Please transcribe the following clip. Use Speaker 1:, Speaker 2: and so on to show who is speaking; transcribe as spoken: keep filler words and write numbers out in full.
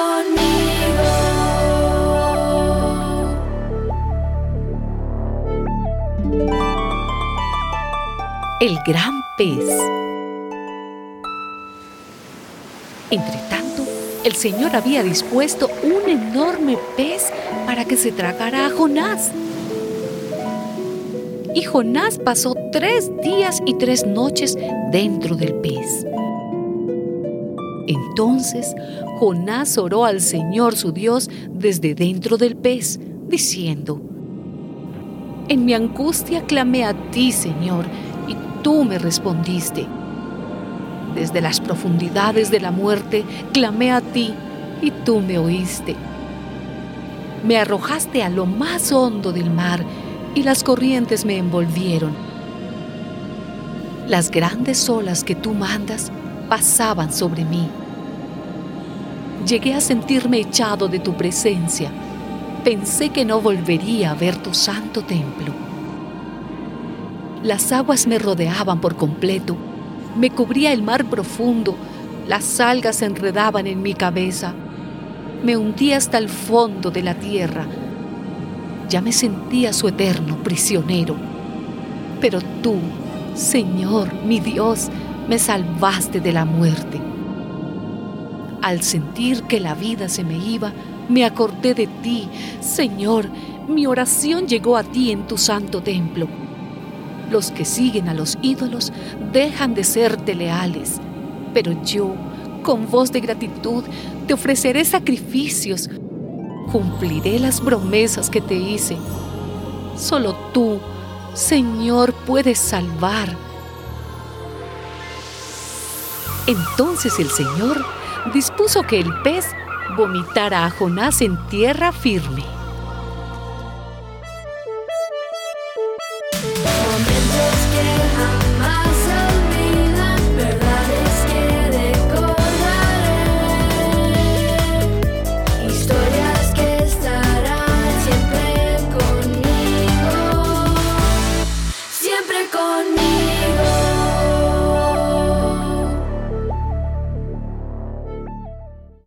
Speaker 1: conmigo.
Speaker 2: El gran pez. Entretanto, el Señor había dispuesto un enorme pez para que se tragara a Jonás. Y Jonás pasó tres días y tres noches dentro del pez. Entonces Jonás oró al Señor su Dios desde dentro del pez, diciendo: En mi angustia clamé a ti, Señor, y tú me respondiste. Desde las profundidades de la muerte clamé a ti, y tú me oíste. Me arrojaste a lo más hondo del mar, y las corrientes me envolvieron. Las grandes olas que tú mandas pasaban sobre mí. Llegué a sentirme echado de tu presencia. Pensé que no volvería a ver tu santo templo. Las aguas me rodeaban por completo. Me cubría el mar profundo. Las algas se enredaban en mi cabeza. Me hundí hasta el fondo de la tierra. Ya me sentía su eterno prisionero. Pero tú, Señor, mi Dios, me salvaste de la muerte. Al sentir que la vida se me iba, me acordé de ti. Señor, mi oración llegó a ti en tu santo templo. Los que siguen a los ídolos dejan de serte leales, pero yo, con voz de gratitud, te ofreceré sacrificios. Cumpliré las promesas que te hice. Solo tú, Señor, puedes salvar. Entonces el Señor dispuso que el pez vomitara a Jonás en tierra firme.